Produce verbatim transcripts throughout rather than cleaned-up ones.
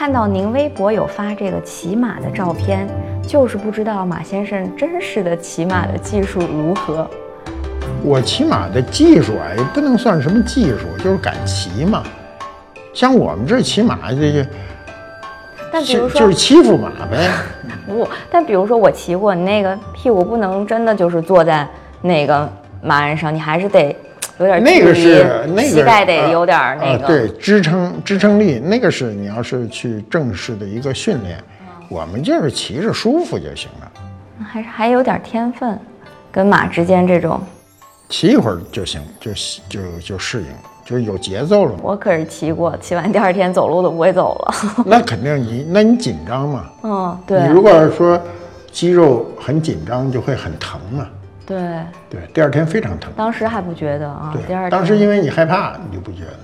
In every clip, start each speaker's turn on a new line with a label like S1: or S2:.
S1: 看到您微博有发这个骑马的照片，就是不知道马先生真实的骑马的技术如何。
S2: 我骑马的技术啊，也不能算什么技术，就是敢骑嘛。像我们这骑马，这个，
S1: 但比如说
S2: 就是欺负马呗。
S1: 不，但比如说我骑过，你那个屁股不能真的就是坐在那个马鞍上，你还是得有点
S2: 那个是那个
S1: 膝盖得有点那个、
S2: 啊啊、对支撑支撑力，那个是你要是去正式的一个训练，嗯、我们就是骑着舒服就行了。
S1: 还是还有点天分，跟马之间这种。
S2: 骑一会儿就行，就就就适应，就是有节奏了。
S1: 我可是骑过，骑完第二天走路都不会走了。
S2: 那肯定你，那你紧张嘛？
S1: 嗯，对。
S2: 你如果说肌肉很紧张，就会很疼嘛。
S1: 对
S2: 对，第二天非常疼。
S1: 当时还不觉得啊，
S2: 对，
S1: 第二天
S2: 当时因为你害怕，你就不觉得。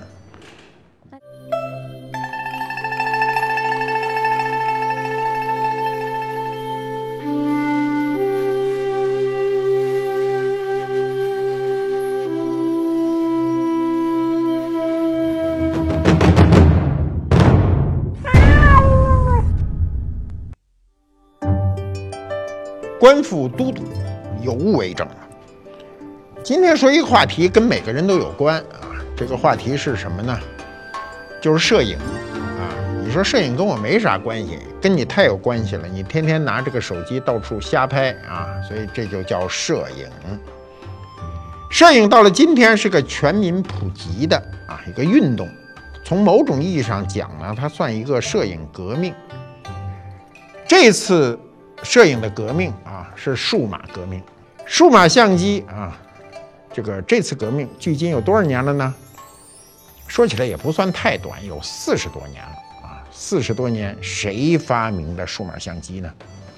S2: 官复都督，有物为证。今天说一个话题，跟每个人都有关啊。这个话题是什么呢？就是摄影啊。你说摄影跟我没啥关系，跟你太有关系了。你天天拿这个手机到处瞎拍啊，所以这就叫摄影。摄影到了今天是个全民普及的啊一个运动。从某种意义上讲呢，它算一个摄影革命。这次摄影的革命啊，是数码革命。数码相机啊，这个这次革命距今有多少年了呢？说起来也不算太短，有四十多年了啊！四十多年，谁发明的数码相机呢？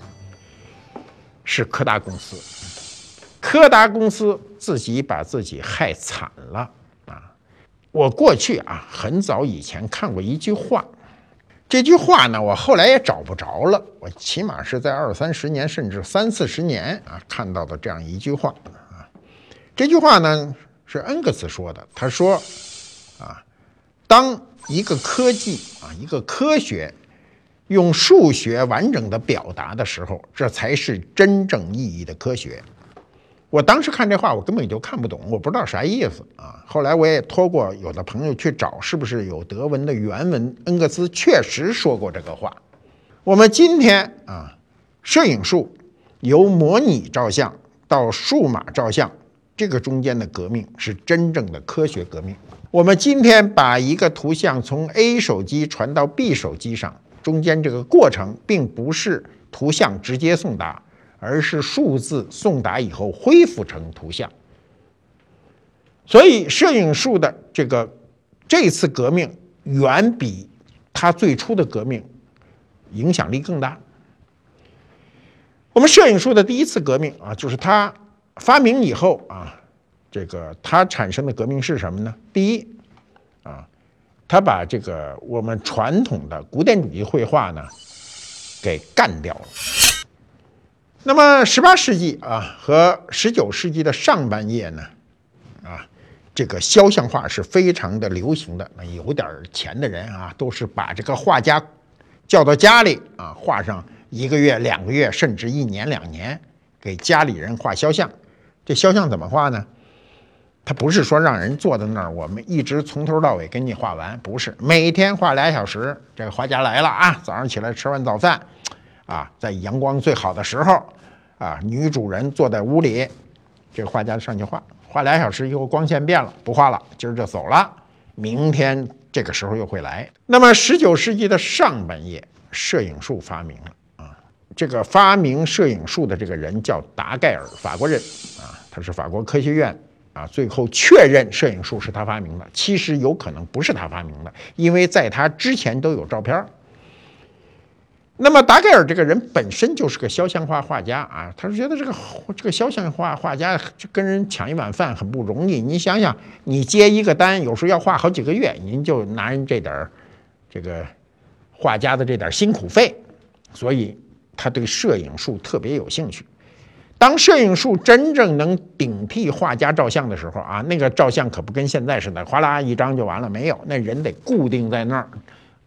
S2: 是柯达公司。柯达公司自己把自己害惨了啊！我过去啊，很早以前看过一句话。这句话呢，我后来也找不着了。我起码是在二三十年，甚至三四十年啊看到的这样一句话啊。这句话呢是恩格斯说的，他说啊，当一个科技啊，一个科学用数学完整的表达的时候，这才是真正意义的科学。我当时看这话，我根本就看不懂，我不知道啥意思啊。后来我也托过有的朋友去找，是不是有德文的原文？恩格斯确实说过这个话。我们今天啊，摄影术由模拟照相到数码照相，这个中间的革命是真正的科学革命。我们今天把一个图像从 A 手机传到 B 手机上，中间这个过程并不是图像直接送达，而是数字送达以后恢复成图像。所以摄影术的这个这次革命远比它最初的革命影响力更大。我们摄影术的第一次革命啊，就是它发明以后啊，这个它产生的革命是什么呢？第一啊，它把这个我们传统的古典主义绘画呢给干掉了。那么十八世纪啊和十九世纪的上半叶呢，啊，这个肖像画是非常的流行的。那有点钱的人啊，都是把这个画家叫到家里啊，画上一个月、两个月，甚至一年、两年，给家里人画肖像。这肖像怎么画呢？他不是说让人坐在那儿，我们一直从头到尾给你画完，不是，每天画俩小时。这个画家来了啊，早上起来吃完早饭。啊，在阳光最好的时候，啊，女主人坐在屋里，这个画家上去画，画俩小时以后光线变了，不画了，今儿就走了，明天这个时候又会来。那么十九世纪的上半叶，摄影术发明了啊，这个发明摄影术的这个人叫达盖尔，法国人啊，他是法国科学院啊，最后确认摄影术是他发明的，其实有可能不是他发明的，因为在他之前都有照片。那么达盖尔这个人本身就是个肖像画画家啊，他是觉得这个这个肖像画画家跟人抢一碗饭很不容易。你想想，你接一个单，有时候要画好几个月，您就拿人这点这个画家的这点辛苦费，所以他对摄影术特别有兴趣。当摄影术真正能顶替画家照相的时候啊，那个照相可不跟现在似的，哗啦一张就完了，没有，那人得固定在那儿。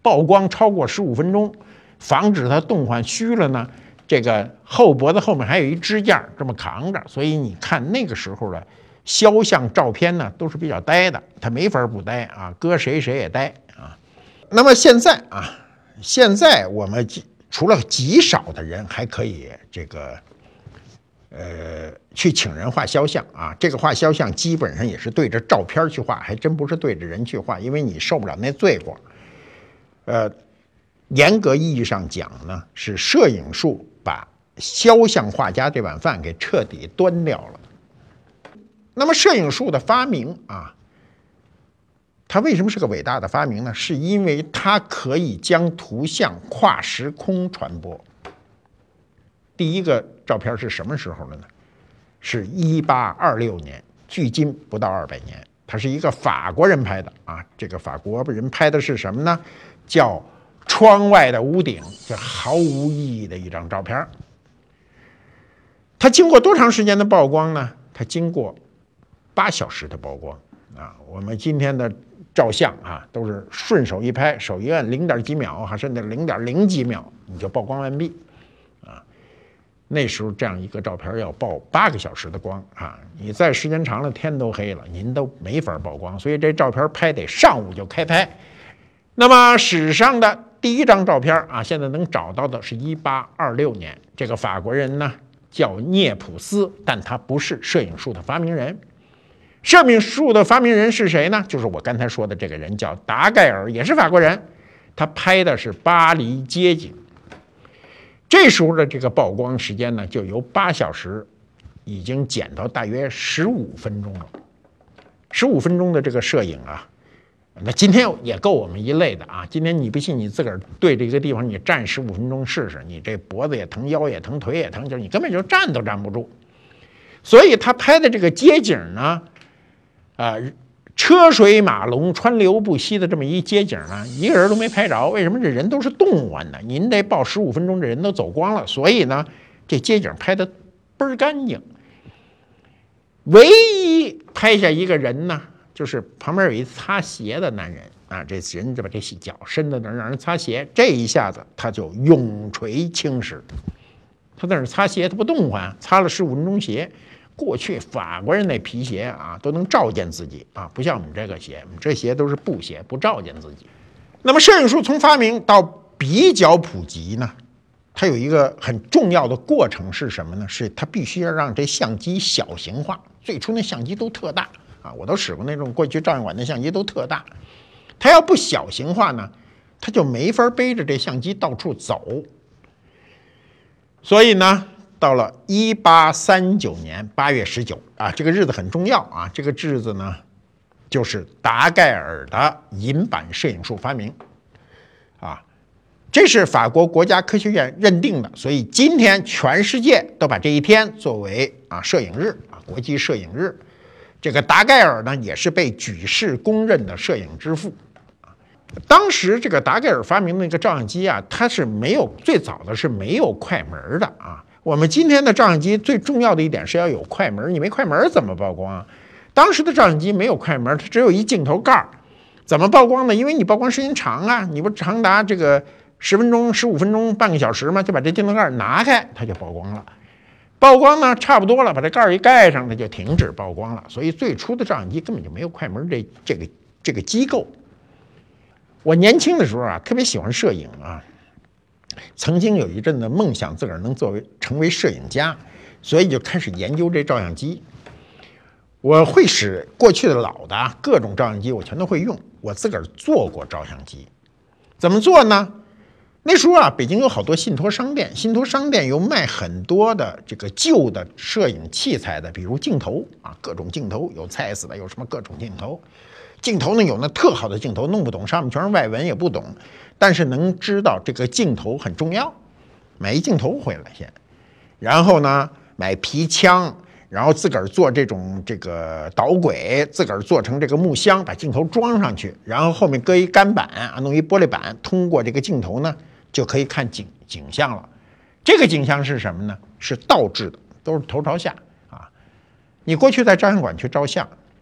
S2: 曝光超过十五分钟，防止它动换虚了呢，这个后脖子后面还有一支架这么扛着，所以你看那个时候的肖像照片呢，都是比较呆的，它没法不呆啊，搁谁谁也呆啊。那么现在啊，现在我们除了极少的人还可以这个。呃，去请人画肖像啊，这个画肖像基本上也是对着照片去画，还真不是对着人去画，因为你受不了那罪过。呃，严格意义上讲呢，是摄影术把肖像画家这碗饭给彻底端掉了。那么摄影术的发明啊，它为什么是个伟大的发明呢？是因为它可以将图像跨时空传播。第一个照片是什么时候的呢？是一八二六年，距今不到二百年。它是一个法国人拍的啊，这个法国人拍的是什么呢？叫窗外的屋顶，这毫无意义的一张照片。它经过多长时间的曝光呢？它经过八小时的曝光啊。我们今天的照相啊，都是顺手一拍，手一按，零点几秒，还甚至零点零几秒，你就曝光完毕。那时候这样一个照片要曝八个小时的光啊！你再时间长了，天都黑了，您都没法曝光。所以这照片拍得上午就开拍。那么史上的第一张照片啊，现在能找到的是一八二六年，这个法国人呢叫涅普斯，但他不是摄影术的发明人。摄影术的发明人是谁呢？就是我刚才说的这个人，叫达盖尔，也是法国人。他拍的是巴黎街景。这时候的这个曝光时间呢，就由八小时已经减到大约十五分钟了。十五分钟的这个摄影啊，那今天也够我们一类的啊。今天你不信，你自个儿对这个地方你站十五分钟试试，你这脖子也疼，腰也疼，腿也疼，就是你根本就站都站不住。所以他拍的这个街景呢，啊、呃。车水马龙、川流不息的这么一街景呢，一个人都没拍着。为什么？这人都是动完的，您得报十五分钟，这人都走光了。所以呢，这街景拍的倍儿干净。唯一拍下一个人呢，就是旁边有一擦鞋的男人啊，这人就把这脚伸到那儿让人擦鞋，这一下子他就永垂青史。他在那儿擦鞋，他不动换，擦了十五分钟鞋。过去法国人那皮鞋啊，都能照见自己啊，不像我们这个鞋，我们这鞋都是布鞋，不照见自己。那么摄影术从发明到比较普及呢，它有一个很重要的过程是什么呢？是它必须要让这相机小型化。最初那相机都特大啊，我都使过那种过去照相馆的相机都特大，它要不小型化呢，它就没法背着这相机到处走。所以呢，到了一八三九年八月十九啊，这个日子很重要啊，这个日子呢，就是达盖尔的银版摄影术发明啊，这是法国国家科学院认定的，所以今天全世界都把这一天作为啊摄影日啊，国际摄影日。这个达盖尔呢，也是被举世公认的摄影之父。当时这个达盖尔发明的那个照相机啊，它是没有最早的是没有快门的啊。我们今天的照相机最重要的一点是要有快门，你没快门怎么曝光啊？当时的照相机没有快门，它只有一镜头盖，怎么曝光呢？因为你曝光时间长啊，你不长达这个十分钟、十五分钟、半个小时吗？就把这镜头盖拿开，它就曝光了。曝光呢差不多了，把这盖一盖上，它就停止曝光了。所以最初的照相机根本就没有快门这这个这个机构。我年轻的时候啊，特别喜欢摄影啊，曾经有一阵子梦想自个儿能作为成为摄影家，所以就开始研究这照相机。我会使过去的老的各种照相机，我全都会用。我自个儿做过照相机，怎么做呢？那时候啊，北京有好多信托商店，信托商店有卖很多的这个旧的摄影器材的，比如镜头啊，各种镜头，有蔡司的，有什么各种镜头。镜头呢，有那特好的镜头，弄不懂，上面全是外文，也不懂，但是能知道这个镜头很重要，买一镜头回来先，然后呢买皮枪，然后自个儿做这种这个导轨，自个儿做成这个木箱，把镜头装上去，然后后面搁一干板啊，弄一玻璃板，通过这个镜头呢就可以看景景象了。这个景象是什么呢？是倒置的，都是头朝下啊。你过去在照相馆去照相，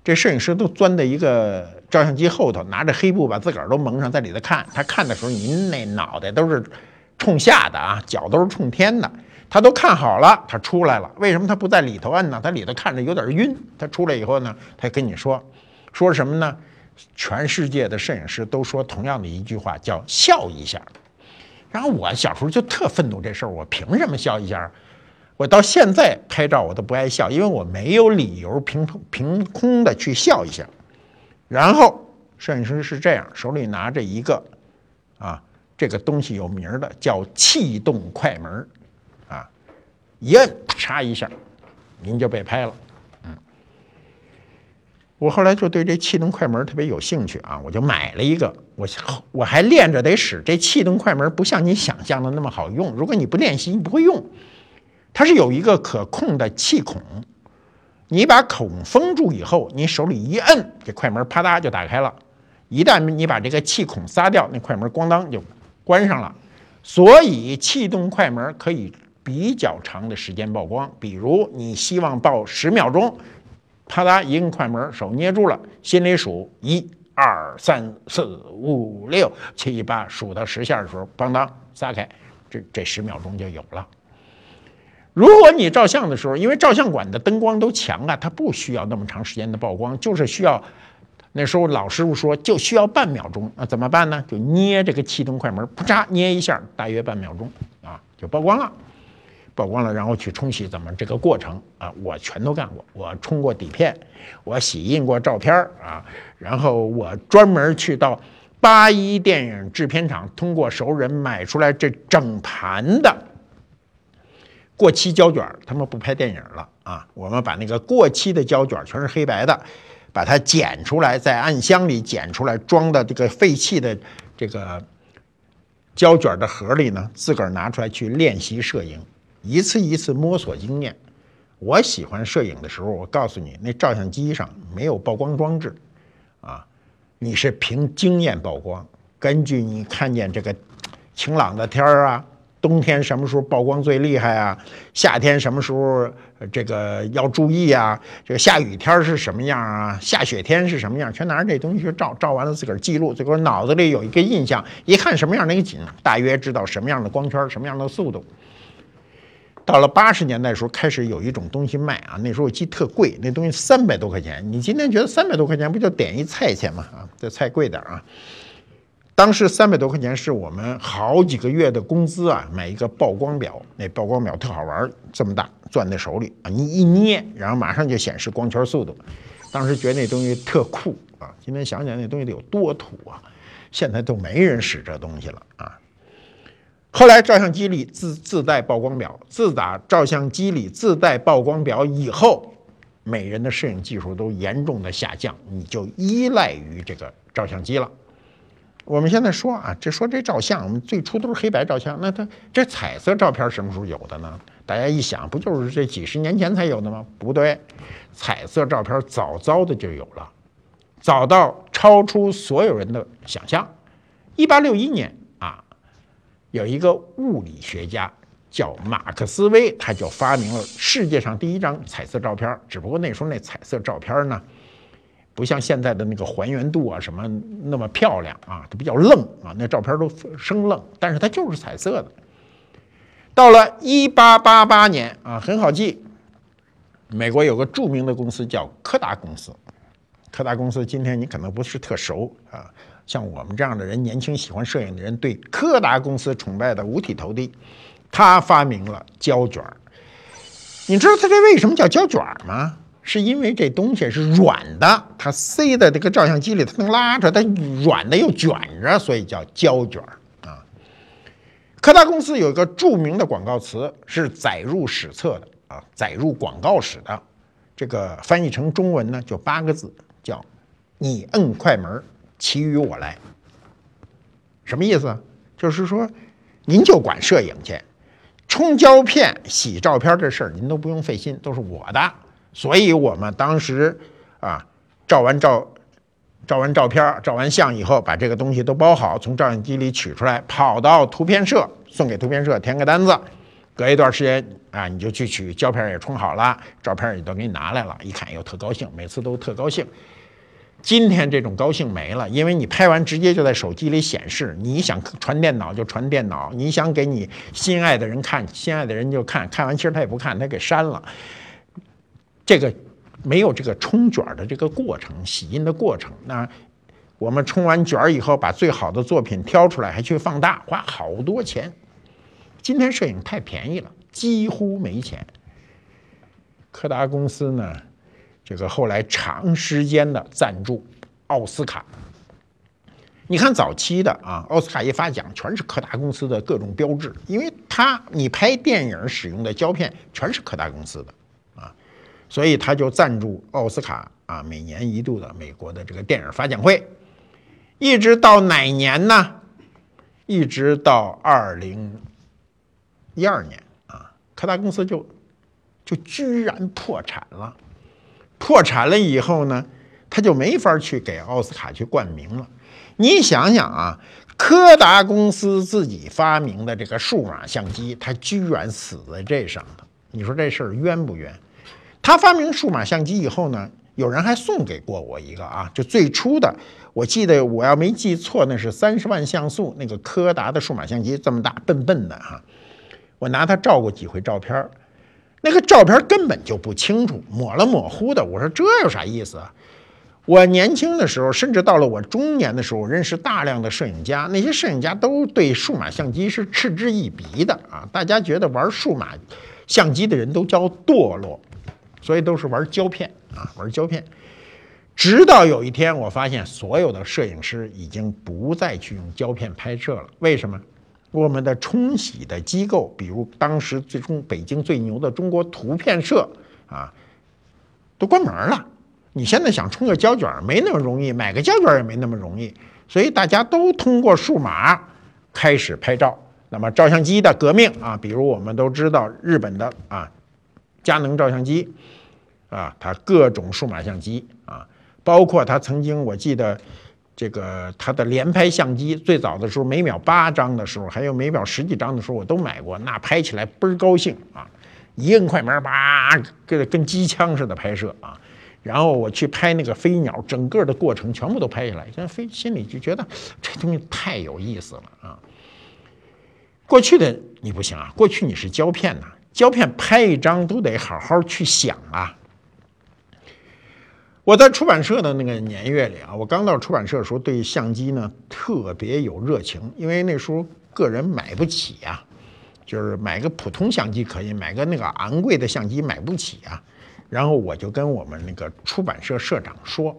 S2: 这摄影师都钻在一个照相机后头，拿着黑布把自个儿都蒙上，在里头看。他看的时候，您那脑袋都是冲下的啊，脚都是冲天的。他都看好了，他出来了。为什么他不在里头摁呢？他里头看着有点晕。他出来以后呢，他跟你说，说什么呢？全世界的摄影师都说同样的一句话，叫笑一下。然后我小时候就特愤怒这事儿，我凭什么笑一下？我到现在拍照我都不爱笑，因为我没有理由凭凭空的去笑一下。然后摄影师是这样，手里拿着一个啊，这个东西有名的叫气动快门啊，一摁嚓一下，您就被拍了。嗯，我后来就对这气动快门特别有兴趣啊，我就买了一个。我我还练着得使。这气动快门不像你想象的那么好用，如果你不练习，你不会用。它是有一个可控的气孔，你把孔封住以后，你手里一摁，这快门啪嗒就打开了。一旦你把这个气孔撒掉，那快门咣当就关上了。所以气动快门可以比较长的时间曝光。比如你希望曝十秒钟，啪嗒一摁快门，手捏住了，心里数一二三四五六七八，数到十下的时候，邦当撒开，这这十秒钟就有了。如果你照相的时候，因为照相馆的灯光都强啊，它不需要那么长时间的曝光，就是需要，那时候老师傅说就需要半秒钟，那怎么办呢？就捏这个气动快门，噗嚓捏一下，大约半秒钟啊，就曝光了，曝光了，然后去冲洗，怎么这个过程啊，我全都干过，我冲过底片，我洗印过照片啊，然后我专门去到八一电影制片厂，通过熟人买出来这整盘的过期胶卷，他们不拍电影了啊！我们把那个过期的胶卷全是黑白的，把它剪出来，在暗箱里剪出来，装的这个废弃的这个胶卷的盒里呢，自个儿拿出来去练习摄影，一次一次摸索经验。我喜欢摄影的时候，我告诉你，那照相机上没有曝光装置啊，你是凭经验曝光，根据你看见这个晴朗的天儿啊。冬天什么时候曝光最厉害啊？夏天什么时候这个要注意啊？这个下雨天是什么样啊？下雪天是什么样？全拿着这东西去照，照完了自个儿记录，自个儿脑子里有一个印象，一看什么样的一个景，大约知道什么样的光圈，什么样的速度。到了八十年代的时候，开始有一种东西卖啊，那时候我记得特贵，那东西三百多块钱。你今天觉得三百多块钱不就点一菜钱吗？啊，这菜贵点啊。当时三百多块钱是我们好几个月的工资啊，买一个曝光表，那曝光表特好玩，这么大，攥在手里啊，你一捏，然后马上就显示光圈速度。当时觉得那东西特酷啊，今天想想那东西得有多土啊，现在都没人使这东西了啊。后来照相机里自自带曝光表，自打照相机里自带曝光表以后，每人的摄影技术都严重的下降，你就依赖于这个照相机了。我们现在说啊，这说这照相，我们最初都是黑白照相，那它这彩色照片什么时候有的呢？大家一想，不就是这几十年前才有的吗？不对，彩色照片早早的就有了，早到超出所有人的想象。一八六一年啊，有一个物理学家叫马克斯韦，他就发明了世界上第一张彩色照片。只不过那时候那彩色照片呢，不像现在的那个还原度啊什么那么漂亮啊，它比较愣啊，那照片都生愣，但是它就是彩色的。到了一八八八年啊，很好记，美国有个著名的公司叫柯达公司。柯达公司今天你可能不是特熟啊，像我们这样的人，年轻喜欢摄影的人，对柯达公司崇拜的五体投地。他发明了胶卷，你知道他这为什么叫胶卷吗？是因为这东西是软的，它塞在这个照相机里，它能拉着，它软的又卷着，所以叫胶卷啊。柯达公司有一个著名的广告词是载入史册的啊，载入广告史的，这个翻译成中文呢就八个字，叫你摁快门，其余我来。什么意思？就是说您就管摄影去，冲胶片洗照片这事儿您都不用费心，都是我的。所以我们当时啊，照完照照完照片照完相以后，把这个东西都包好，从照相机里取出来，跑到图片社，送给图片社填个单子， 隔一段时间啊，你就去取胶片也冲好了，照片也都给你拿来了，一看又特高兴，每次都特高兴。今天这种高兴没了，因为你拍完直接就在手机里显示，你想传电脑就传电脑，你想给你心爱的人看，心爱的人就看，看完其实他也不看，他给删了。这个没有这个冲卷的这个过程，洗印的过程。那我们冲完卷以后，把最好的作品挑出来，还去放大，花好多钱。今天摄影太便宜了，几乎没钱。柯达公司呢？这个后来长时间的赞助奥斯卡，你看早期的啊，奥斯卡一发奖全是柯达公司的各种标志，因为它你拍电影使用的胶片全是柯达公司的啊，所以他就赞助奥斯卡啊，每年一度的美国的这个电影发奖会，一直到哪年呢？一直到二零一二年啊，柯达公司就就居然破产了。破产了以后呢，他就没法去给奥斯卡去冠名了。你想想啊，柯达公司自己发明的这个数码相机，他居然死在这上头，你说这事儿冤不冤？他发明数码相机以后呢，有人还送给过我一个啊，就最初的，我记得我要没记错，那是三十万像素那个柯达的数码相机，这么大笨笨的哈、啊，我拿它照过几回照片。那个照片根本就不清楚，模了模糊的。我说这有啥意思啊？我年轻的时候，甚至到了我中年的时候，认识大量的摄影家，那些摄影家都对数码相机是嗤之以鼻的啊！大家觉得玩数码相机的人都叫堕落，所以都是玩胶片啊，玩胶片。直到有一天，我发现所有的摄影师已经不再去用胶片拍摄了。为什么？我们的冲洗的机构，比如当时最终北京最牛的中国图片社啊，都关门了。你现在想冲个胶卷没那么容易，买个胶卷也没那么容易，所以大家都通过数码开始拍照。那么照相机的革命啊，比如我们都知道日本的啊佳能照相机啊，它各种数码相机啊，包括它曾经我记得。这个它的连拍相机最早的时候每秒八张的时候，还有每秒十几张的时候，我都买过，那拍起来倍儿高兴啊！一摁快门，叭，跟跟机枪似的拍摄啊！然后我去拍那个飞鸟，整个的过程全部都拍下来，现在飞心里就觉得这东西太有意思了啊！过去的你不行啊，过去你是胶片呐、啊，胶片拍一张都得好好去想啊。我在出版社的那个年月里啊，我刚到出版社的时候，对相机呢特别有热情，因为那时候个人买不起呀、啊，就是买个普通相机可以，买个那个昂贵的相机买不起啊。然后我就跟我们那个出版社社长说，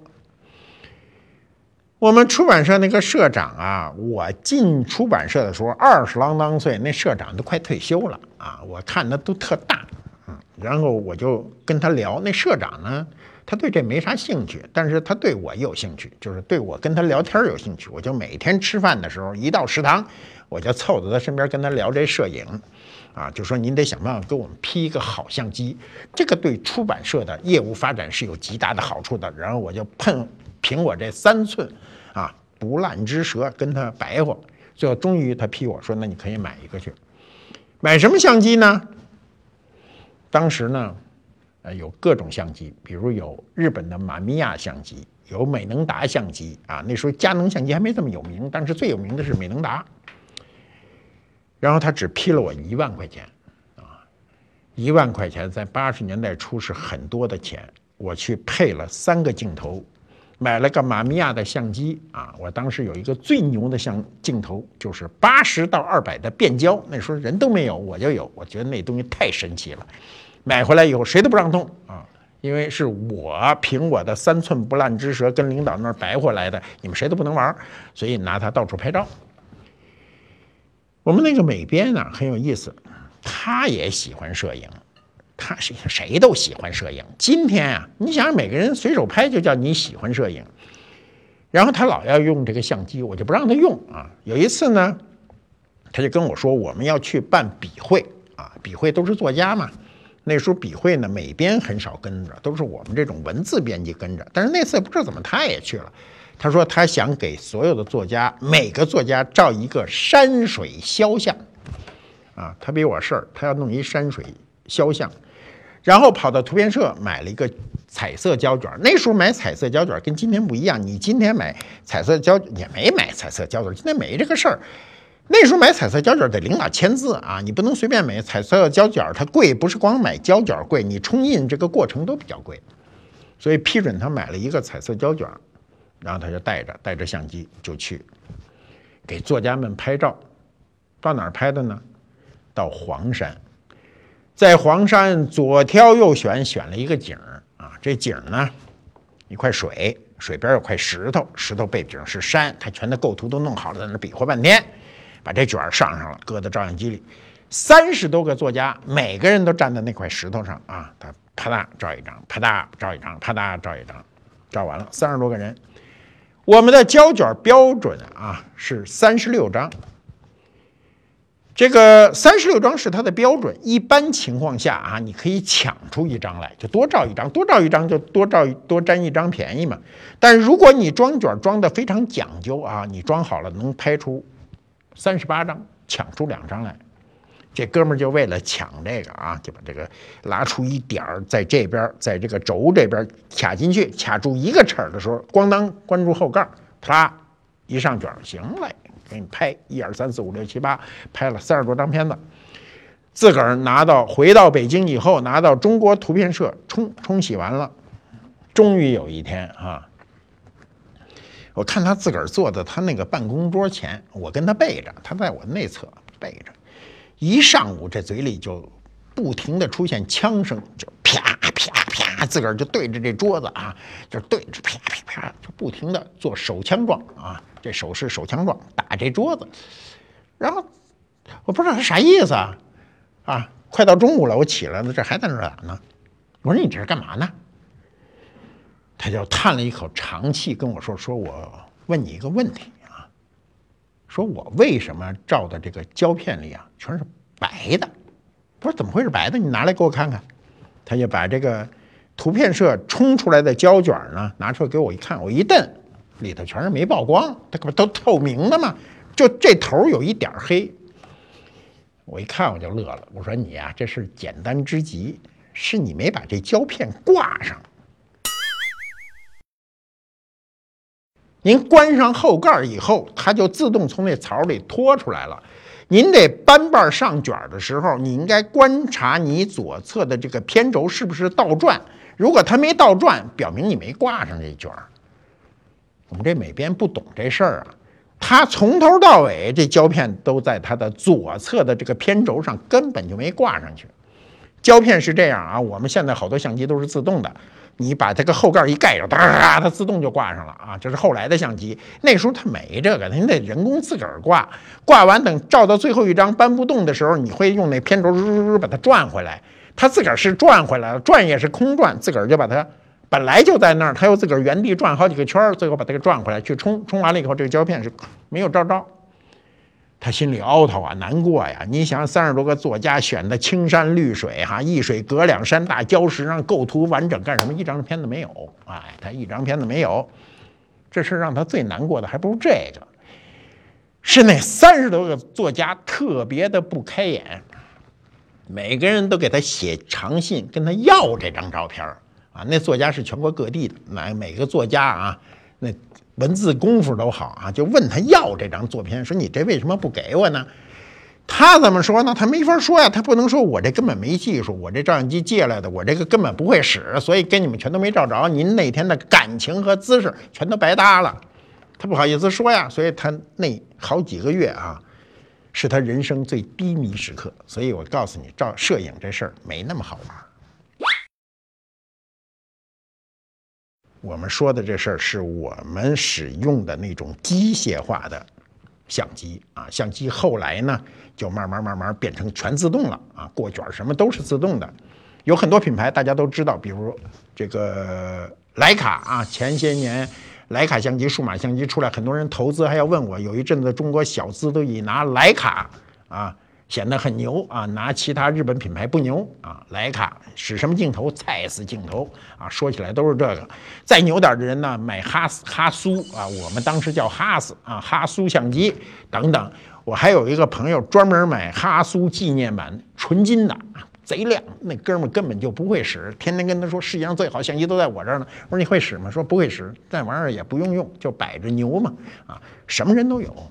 S2: 我们出版社那个社长啊，我进出版社的时候二十郎当岁，那社长都快退休了啊，我看他都特大，嗯，然后我就跟他聊，那社长呢。他对这没啥兴趣，但是他对我有兴趣，就是对我跟他聊天有兴趣。我就每天吃饭的时候，一到食堂，我就凑到他身边跟他聊这摄影，啊，就说您得想办法给我们批一个好相机，这个对出版社的业务发展是有极大的好处的。然后我就碰凭我这三寸啊不烂之舌跟他白话，最后终于他批我说，那你可以买一个去。买什么相机呢？当时呢。呃，有各种相机，比如有日本的马米亚相机，有美能达相机啊。那时候佳能相机还没这么有名，但是最有名的是美能达。然后他只批了我一万块钱啊，一万块钱在八十年代初是很多的钱。我去配了三个镜头，买了个马米亚的相机啊。我当时有一个最牛的相镜头，就是八十到二百的变焦，那时候人都没有，我就有，我觉得那东西太神奇了。买回来以后谁都不让动啊，因为是我凭我的三寸不烂之舌跟领导那儿白回来的，你们谁都不能玩，所以拿它到处拍照。我们那个美编呢很有意思，他也喜欢摄影，他谁谁都喜欢摄影。今天啊，你想每个人随手拍就叫你喜欢摄影，然后他老要用这个相机，我就不让他用啊。有一次呢，他就跟我说我们要去办笔会啊，笔会都是作家嘛。那时候笔会呢，美编很少跟着，都是我们这种文字编辑跟着。但是那次不知道怎么他也去了。他说他想给所有的作家，每个作家照一个山水肖像， 啊，他比我事儿，他要弄一山水肖像，然后跑到图片社买了一个彩色胶卷。那时候买彩色胶卷跟今天不一样，你今天买彩色胶也没买彩色胶卷，今天没这个事儿。那时候买彩色胶卷得领导签字啊，你不能随便买彩色胶卷，它贵，不是光买胶卷贵，你冲印这个过程都比较贵，所以批准他买了一个彩色胶卷，然后他就带着带着相机就去给作家们拍照。到哪儿拍的呢？到黄山，在黄山左挑右选，选了一个景啊，这景呢，一块水，水边有块石头，石头背景是山，他全都构图都弄好了，在那比划半天。把这卷上上了，搁到照相机里，三十多个作家，每个人都站在那块石头上啊，他啪嗒照一张，啪嗒照一张，啪嗒照一张，照完了，三十多个人。我们的胶卷标准啊是三十六张，这个三十六张是它的标准。一般情况下啊，你可以抢出一张来，就多照一张，多照一张就多照多占一张便宜嘛。但如果你装卷装的非常讲究啊，你装好了能拍出三十八张，抢出两张来。这哥们儿就为了抢这个啊，就把这个拉出一点儿，在这边，在这个轴这边卡进去，卡住一个齿儿的时候，咣当关住后盖，啪一上卷，行嘞，给你拍一二三四五六七八，拍了三十多张片子。自个儿拿到回到北京以后，拿到中国图片社冲冲洗完了，终于有一天啊。我看他自个儿坐在他那个办公桌前，我跟他背着，他在我内侧背着，一上午这嘴里就不停的出现枪声，就啪啪啪，自个儿就对着这桌子啊，就对着啪啪啪，就不停的做手枪状啊，这手是手枪状打这桌子，然后我不知道他啥意思啊，啊，快到中午了，我起来了，这还在那打呢，我说你这是干嘛呢？他就叹了一口长气，跟我说：“说我问你一个问题啊，说我为什么照的这个胶片里啊全是白的？”我说：“怎么会是白的？你拿来给我看看。”他就把这个图片社冲出来的胶卷呢拿出来给我一看，我一瞪，里头全是没曝光，它可不都透明的吗？就这头有一点黑。我一看我就乐了，我说：“你啊，这是简单之极，是你没把这胶片挂上。”您关上后盖以后，它就自动从那槽里拖出来了。您得扳把上卷的时候，你应该观察你左侧的这个偏轴是不是倒转。如果它没倒转，表明你没挂上这卷。我们这美编不懂这事儿啊，他从头到尾这胶片都在它的左侧的这个偏轴上，根本就没挂上去。胶片是这样啊，我们现在好多相机都是自动的。你把这个后盖一盖着，哒，它自动就挂上了啊！这是后来的相机，那时候它没这个，您得人工自个儿挂。挂完等照到最后一张搬不动的时候，你会用那偏轴把它转回来。它自个儿是转回来了，转也是空转，自个儿就把它本来就在那儿，它又自个儿原地转好几个圈，最后把它给转回来去冲，冲完了以后，这个胶片是没有照着。他心里凹头啊，难过呀！你想，三十多个作家选的青山绿水，哈，一水隔两山大礁石上构图完整干什么？一张片子没有，哎，他一张片子没有，这事让他最难过的还不如这个，是那三十多个作家特别的不开眼，每个人都给他写长信，跟他要这张照片啊。那作家是全国各地的，每每个作家啊，那文字功夫都好啊，就问他要这张作品，说你这为什么不给我呢？他怎么说呢？他没法说呀，他不能说我这根本没技术，我这照相机借来的，我这个根本不会使，所以跟你们全都没照着，您那天的感情和姿势全都白搭了。他不好意思说呀，所以他那好几个月啊，是他人生最低迷时刻。所以我告诉你，照摄影这事儿没那么好玩。我们说的这事儿是我们使用的那种机械化的相机啊，相机后来呢就慢慢慢慢变成全自动了啊，过卷什么都是自动的。有很多品牌大家都知道，比如这个徕卡啊，前些年徕卡相机、数码相机出来，很多人投资还要问我，有一阵子中国小资都以拿徕卡啊显得很牛啊，拿其他日本品牌不牛啊。徕卡使什么镜头？蔡司镜头啊，说起来都是这个。再牛点的人呢，买哈斯哈苏啊，我们当时叫哈斯啊，哈苏相机等等。 我还有一个朋友专门买哈苏纪念版纯金的，贼亮。那哥们根本就不会使，天天跟他说世界上最好相机都在我这儿呢。我说你会使吗？说不会使，那玩意儿也不用用，就摆着牛嘛。啊，什么人都有。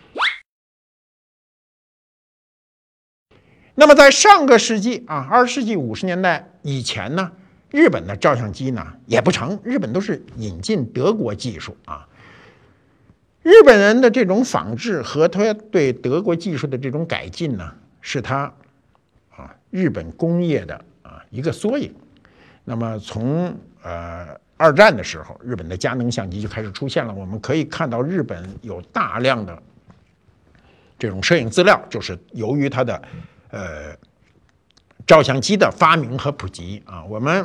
S2: 那么在上个世纪啊，二十世纪五十年代以前呢，日本的照相机呢也不成，日本都是引进德国技术啊。日本人的这种仿制和他对德国技术的这种改进呢，是他啊日本工业的啊一个缩影。那么从呃二战的时候，日本的佳能相机就开始出现了。我们可以看到日本有大量的这种摄影资料，就是由于它的呃照相机的发明和普及啊。我们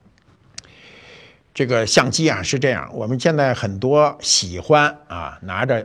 S2: 这个相机啊是这样，我们现在很多喜欢啊拿着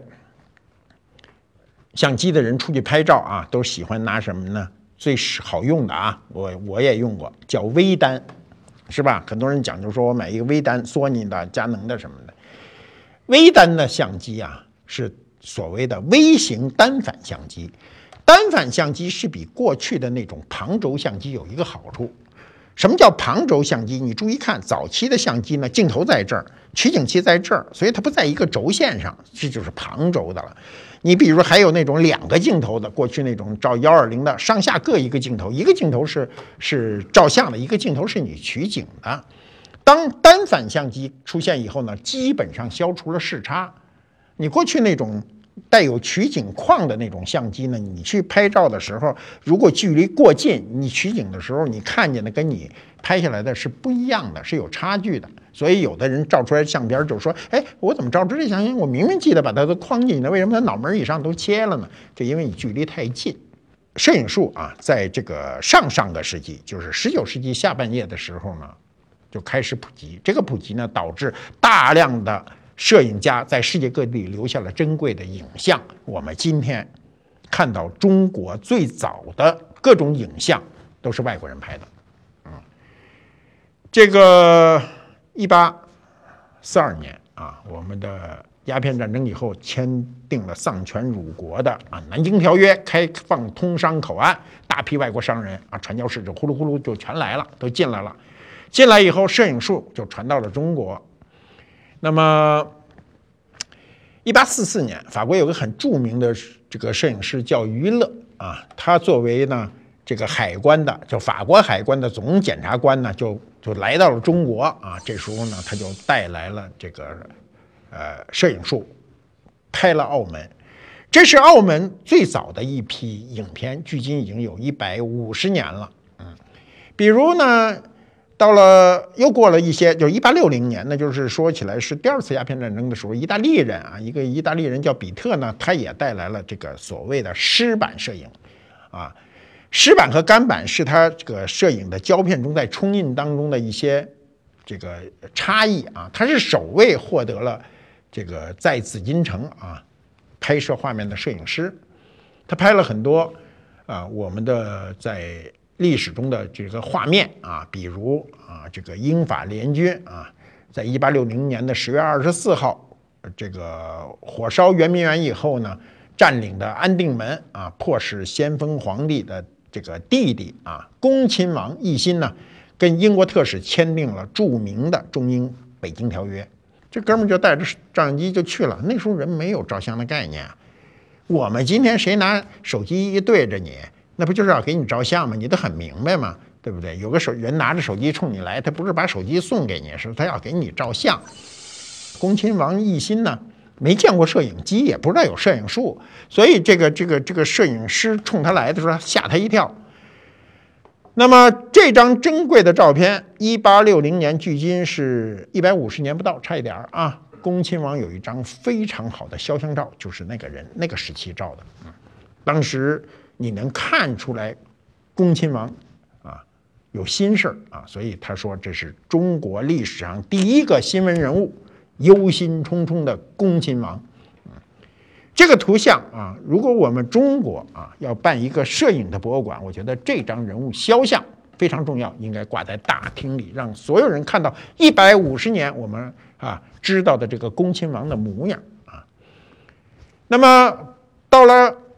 S2: 相机的人出去拍照啊，都喜欢拿什么呢？最好用的啊，我我也用过，叫微单，是吧？很多人讲究说我买一个微单，索尼的、佳能的什么的。微单的相机啊，是所谓的微型单反相机。单反相机是比过去的那种旁轴相机有一个好处。什么叫旁轴相机？你注意看，早期的相机呢，镜头在这儿，取景器在这儿，所以它不在一个轴线上，这就是旁轴的了。你比如还有那种两个镜头的，过去那种照幺二零的，上下各一个镜头，一个镜头是是照相的，一个镜头是你取景的。当单反相机出现以后呢，基本上消除了视差。你过去那种带有取景框的那种相机呢，你去拍照的时候，如果距离过近，你取景的时候你看见的跟你拍下来的是不一样的，是有差距的。所以有的人照出来相片就说，哎，我怎么照出这相片？我明明记得把它都框进去了，为什么它脑门以上都切了呢？就因为你距离太近。摄影术啊，在这个上上个世纪，就是十九世纪下半叶的时候呢，就开始普及。这个普及呢，导致大量的摄影家在世界各地留下了珍贵的影像。我们今天看到中国最早的各种影像都是外国人拍的。嗯，这个一八四二年啊，我们的鸦片战争以后签订了丧权辱国的啊《南京条约》，开放通商口岸，大批外国商人啊传教士就呼噜呼噜就全来了，都进来了。进来以后，摄影术就传到了中国。那么，一八四四年，法国有个很著名的这个摄影师叫于勒啊，他作为呢这个海关的，就法国海关的总检察官呢，就就来到了中国啊。这时候呢，他就带来了这个呃摄影术，拍了澳门。这是澳门最早的一批影片，距今已经有一百五十年了。嗯，比如呢。到了又过了一些，就是一八六零年，那就是说起来是第二次鸦片战争的时候，意大利人啊，一个意大利人叫比特呢，他也带来了这个所谓的湿版摄影，啊，湿版和干版是他这个摄影的胶片中在冲印当中的一些这个差异啊，他是首位获得了这个在紫禁城啊拍摄画面的摄影师，他拍了很多啊我们的在。历史中的这个画面啊，比如啊，这个英法联军啊，在一八六零年的十月二十四号，这个火烧圆明园以后呢，占领的安定门啊，迫使先锋皇帝的这个弟弟啊，恭亲王奕欣呢，跟英国特使签订了著名的中英北京条约。这哥们就带着照相机就去了。那时候人没有照相的概念，我们今天谁拿手机一对着你？那不就是要给你照相吗？你都很明白嘛，对不对？有个手人拿着手机冲你来，他不是把手机送给你，是他要给你照相。恭亲王奕欣呢，没见过摄影机，也不知道有摄影术，所以这个这个这个摄影师冲他来的时候吓他一跳。那么这张珍贵的照片，一八六零年，距今是一百五十年不到，差一点啊。恭亲王有一张非常好的肖像照，就是那个人那个时期照的，嗯，当时。你能看出来，恭亲王啊有心事啊，所以他说这是中国历史上第一个新闻人物，忧心忡忡的恭亲王。嗯，这个图像啊，如果我们中国啊要办一个摄影的博物馆，我觉得这张人物肖像非常重要，应该挂在大厅里，让所有人看到一百五十年我们啊知道的这个恭亲王的模样啊。那么到了。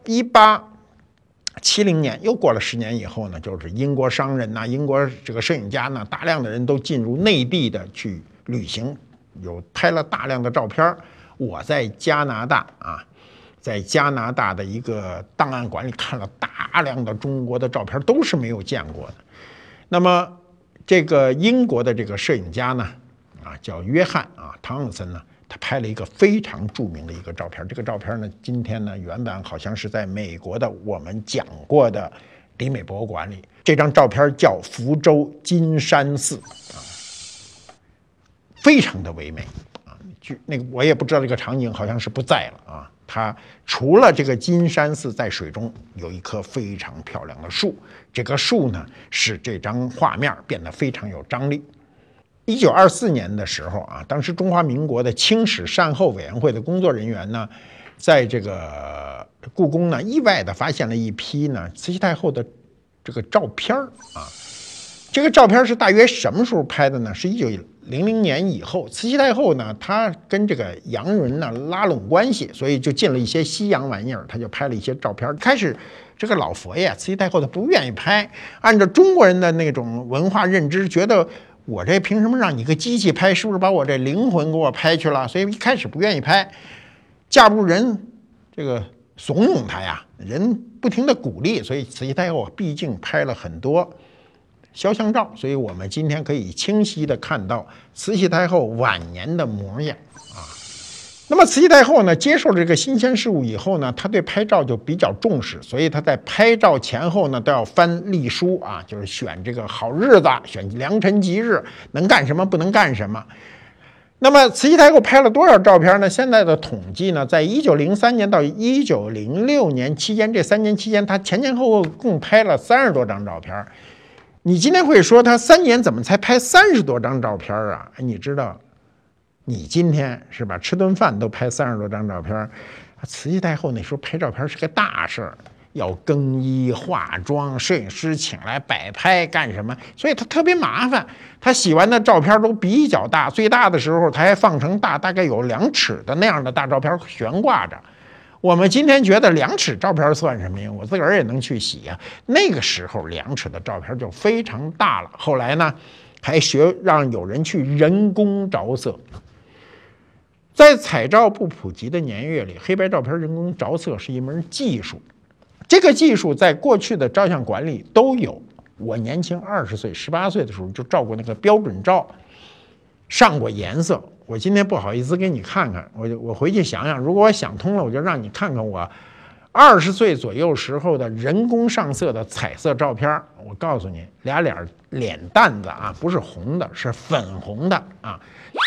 S2: 一八七零年，又过了十年以后呢，就是英国商人呐、英国这个摄影家呢，大量的人都进入内地的去旅行，有拍了大量的照片。我在加拿大啊，在加拿大的一个档案馆里看了大量的中国的照片，都是没有见过的。那么这个英国的这个摄影家呢，啊，叫约翰啊汤姆森呢。他拍了一个非常著名的一个照片，这个照片呢，今天呢原版好像是在美国的我们讲过的里美博物馆里。这张照片叫福州金山寺啊，非常的唯美啊。就那个我也不知道这个场景好像是不在了啊。它除了这个金山寺在水中有一棵非常漂亮的树，这棵树呢使这张画面变得非常有张力。一九二四年的时候啊，当时中华民国的清史善后委员会的工作人员呢，在这个故宫呢，意外的发现了一批呢慈禧太后的这个照片啊。这个照片是大约什么时候拍的呢？是一九零零年以后，慈禧太后呢，她跟这个洋人呢拉拢关系，所以就进了一些西洋玩意儿，她就拍了一些照片。开始这个老佛爷慈禧太后她不愿意拍，按照中国人的那种文化认知，觉得我这凭什么让你个机器拍？是不是把我这灵魂给我拍去了？所以一开始不愿意拍，架不住人这个怂恿他呀，人不停的鼓励，所以慈禧太后毕竟拍了很多肖像照，所以我们今天可以清晰的看到慈禧太后晚年的模样啊。那么慈禧太后呢，接受了这个新鲜事物以后呢，她对拍照就比较重视，所以她在拍照前后呢都要翻历书啊，就是选这个好日子，选良辰吉日，能干什么不能干什么。那么慈禧太后拍了多少照片呢？现在的统计呢，在一九零三年到一九零六年期间，这三年期间，她前前后后共拍了三十多张照片。你今天会说她三年怎么才拍三十多张照片啊？你知道？你今天是吧，吃顿饭都拍三十多张照片，慈禧太后那时候拍照片是个大事儿，要更衣化妆，摄影师请来摆拍干什么，所以她特别麻烦。她洗完的照片都比较大，最大的时候她还放成大大概有两尺的那样的大照片悬挂着。我们今天觉得两尺照片算什么呀？我自个儿也能去洗呀。那个时候两尺的照片就非常大了。后来呢，还学让有人去人工着色。在彩照不普及的年月里，黑白照片人工着色是一门技术。这个技术在过去的照相馆里都有。我年轻二十岁、十八岁的时候就照过那个标准照，上过颜色。我今天不好意思给你看看，我我回去想想，如果我想通了，我就让你看看我二十岁左右时候的人工上色的彩色照片。我告诉你，俩脸脸蛋子啊，不是红的，是粉红的啊。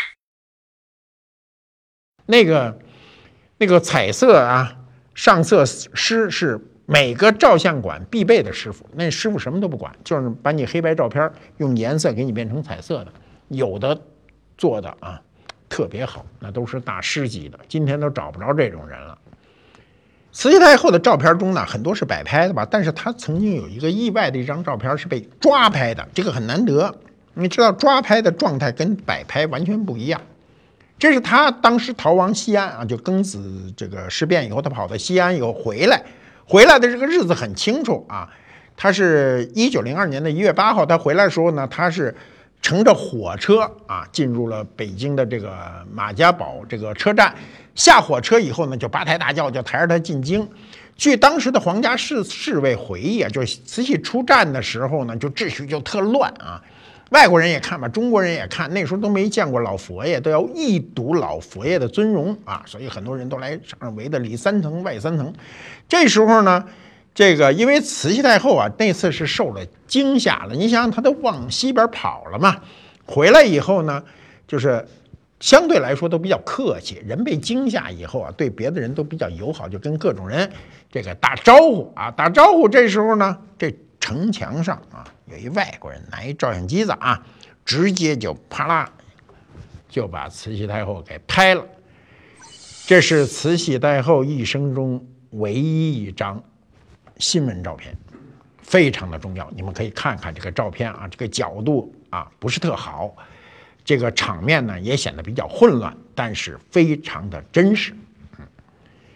S2: 那个那个彩色啊，上色师是每个照相馆必备的师傅。那师傅什么都不管，就是把你黑白照片用颜色给你变成彩色的。有的做的啊特别好，那都是大师级的，今天都找不着这种人了。慈禧太后的照片中呢，很多是摆拍的吧，但是她曾经有一个意外的一张照片是被抓拍的，这个很难得。你知道抓拍的状态跟摆拍完全不一样。这是他当时逃亡西安啊，就庚子这个事变以后，他跑到西安以后回来，回来的这个日子很清楚啊。他是一九零二年的一月八号，他回来的时候呢，他是乘着火车啊进入了北京的这个马家堡这个车站，下火车以后呢，就八抬大轿就抬着他进京。据当时的皇家侍侍卫回忆啊，就是慈禧出站的时候呢，就秩序就特乱啊。外国人也看吧，中国人也看，那时候都没见过老佛爷，都要一睹老佛爷的尊容啊，所以很多人都来上围的里三层外三层。这时候呢，这个因为慈禧太后啊那次是受了惊吓了，你想想她都往西边跑了嘛，回来以后呢，就是相对来说都比较客气，人被惊吓以后啊，对别的人都比较友好，就跟各种人这个打招呼啊，打招呼。这时候呢，这城墙上啊，有一外国人拿一照相机子啊，直接就啪啦就把慈禧太后给拍了。这是慈禧太后一生中唯一一张新闻照片，非常的重要。你们可以看看这个照片啊，这个角度啊不是特好，这个场面呢也显得比较混乱，但是非常的真实。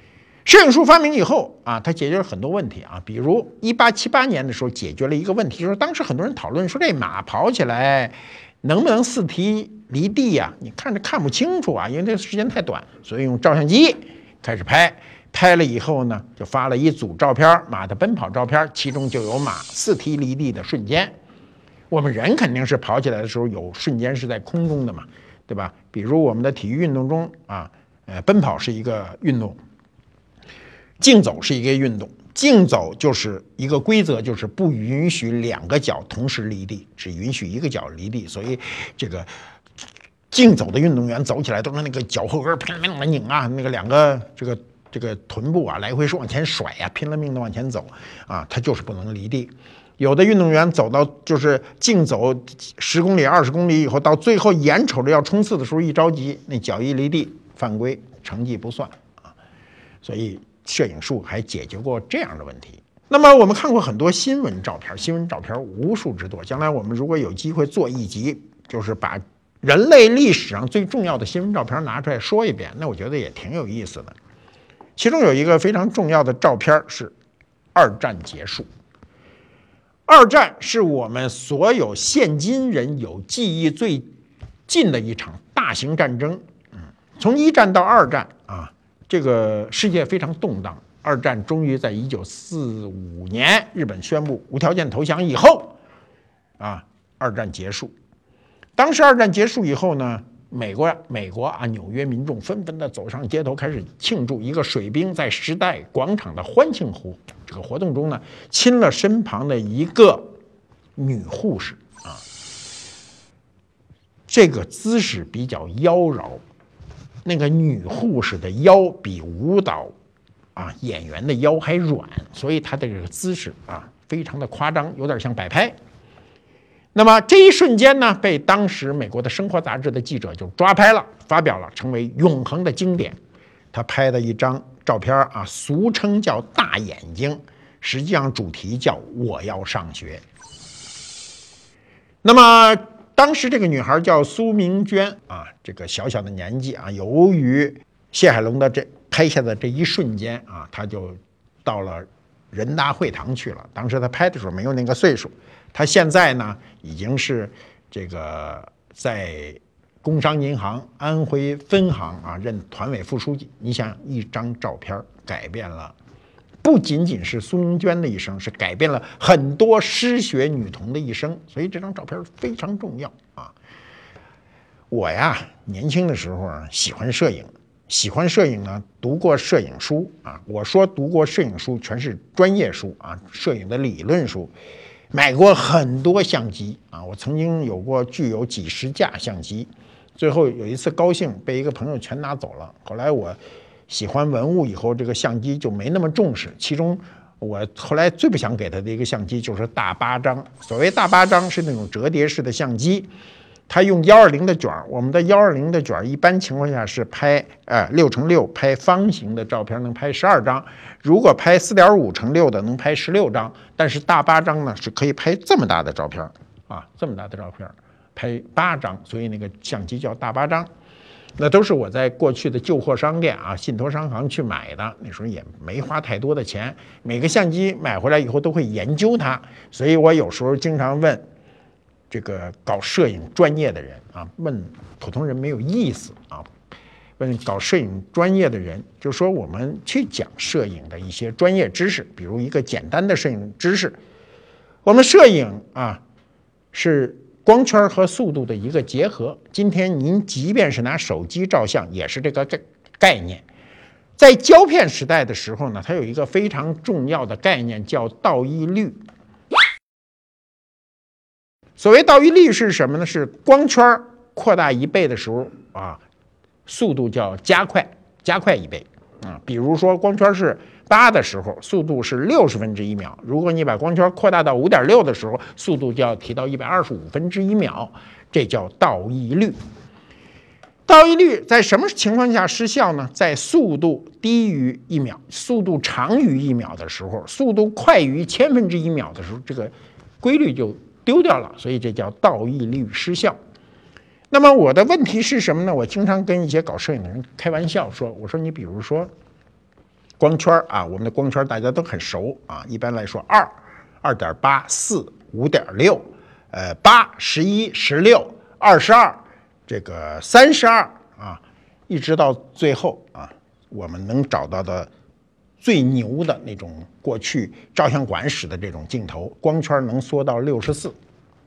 S2: 摄影术发明以后啊，它解决了很多问题啊，比如一八七八年的时候解决了一个问题，就是当时很多人讨论说这马跑起来能不能四蹄离地呀、啊？你看着看不清楚啊，因为这个时间太短，所以用照相机开始拍。拍了以后呢，就发了一组照片，马的奔跑照片，其中就有马四蹄离地的瞬间。我们人肯定是跑起来的时候有瞬间是在空中的嘛，对吧？比如我们的体育运动中啊，呃，奔跑是一个运动。竞走是一个运动，竞走就是一个规则，就是不允许两个脚同时离地，只允许一个脚离地。所以这个竞走的运动员走起来都是那个脚后跟拼了命的拧啊，那个两个这个这个臀部啊来回是往前甩啊，拼了命的往前走啊，他就是不能离地。有的运动员走到就是竞走十公里、二十公里以后，到最后眼瞅着要冲刺的时候，一着急，那脚一离地，犯规，成绩不算啊。所以摄影术还解决过这样的问题。那么我们看过很多新闻照片，新闻照片无数之多。将来我们如果有机会做一集，就是把人类历史上最重要的新闻照片拿出来说一遍，那我觉得也挺有意思的。其中有一个非常重要的照片是二战结束。二战是我们所有现今人有记忆最近的一场大型战争。嗯，从一战到二战啊。这个世界非常动荡，二战终于在一九四五年日本宣布无条件投降以后，啊，二战结束。当时二战结束以后呢，美国美国啊，纽约民众纷纷的走上街头开始庆祝。一个水兵在时代广场的欢庆湖这个活动中呢，亲了身旁的一个女护士啊，这个姿势比较妖娆。那个女护士的腰比舞蹈啊演员的腰还软，所以她的这个姿势啊非常的夸张，有点像摆拍。那么这一瞬间呢，被当时美国的生活杂志的记者就抓拍了，发表了，成为永恒的经典。他拍的一张照片啊，俗称叫大眼睛，实际上主题叫我要上学。那么当时这个女孩叫苏明娟啊，这个小小的年纪啊，由于谢海龙的这拍下的这一瞬间啊，她就到了人大会堂去了。当时她拍的时候没有那个岁数，她现在呢已经是这个在工商银行安徽分行啊任团委副书记。你想，一张照片改变了不仅仅是苏明娟的一生，是改变了很多失学女童的一生，所以这张照片非常重要啊。我呀，年轻的时候啊，喜欢摄影，喜欢摄影呢，读过摄影书啊。我说读过摄影书，全是专业书啊，摄影的理论书。买过很多相机啊，我曾经有过具有几十架相机，最后有一次高兴被一个朋友全拿走了。后来我喜欢文物以后，这个相机就没那么重视。其中我后来最不想给他的一个相机就是大八张。所谓大八张是那种折叠式的相机，它用幺二零的卷，我们的幺二零的卷一般情况下是拍呃六乘六拍方形的照片能拍十二张，如果拍四点五乘六的能拍十六张，但是大八张呢是可以拍这么大的照片啊，这么大的照片拍八张，所以那个相机叫大八张。那都是我在过去的旧货商店啊、信托商行去买的，那时候也没花太多的钱。每个相机买回来以后都会研究它，所以我有时候经常问这个搞摄影专业的人啊，问普通人没有意思啊，问搞摄影专业的人，就说我们去讲摄影的一些专业知识，比如一个简单的摄影知识，我们摄影啊是光圈和速度的一个结合。今天您即便是拿手机照相，也是这个概念。在胶片时代的时候呢，它有一个非常重要的概念叫倒一率。所谓倒一率是什么呢？是光圈扩大一倍的时候啊，速度叫加快，加快一倍啊。比如说光圈是八的时候，速度是六十分之一秒。如果你把光圈扩大到五点六的时候，速度就要提到一百二十五分之一秒，这叫倒一率。倒一率在什么情况下失效呢？在速度低于一秒、速度长于一秒的时候，速度快于千分之一秒的时候，这个规律就丢掉了，所以这叫倒一率失效。那么我的问题是什么呢？我经常跟一些搞摄影的人开玩笑说，我说你比如说光圈啊，我们的光圈大家都很熟啊。一般来说，二、二点八、四、五点六，呃，八、十一、十六、二十二，这个三十二啊，一直到最后啊，我们能找到的最牛的那种过去照相馆使的这种镜头，光圈能缩到六十四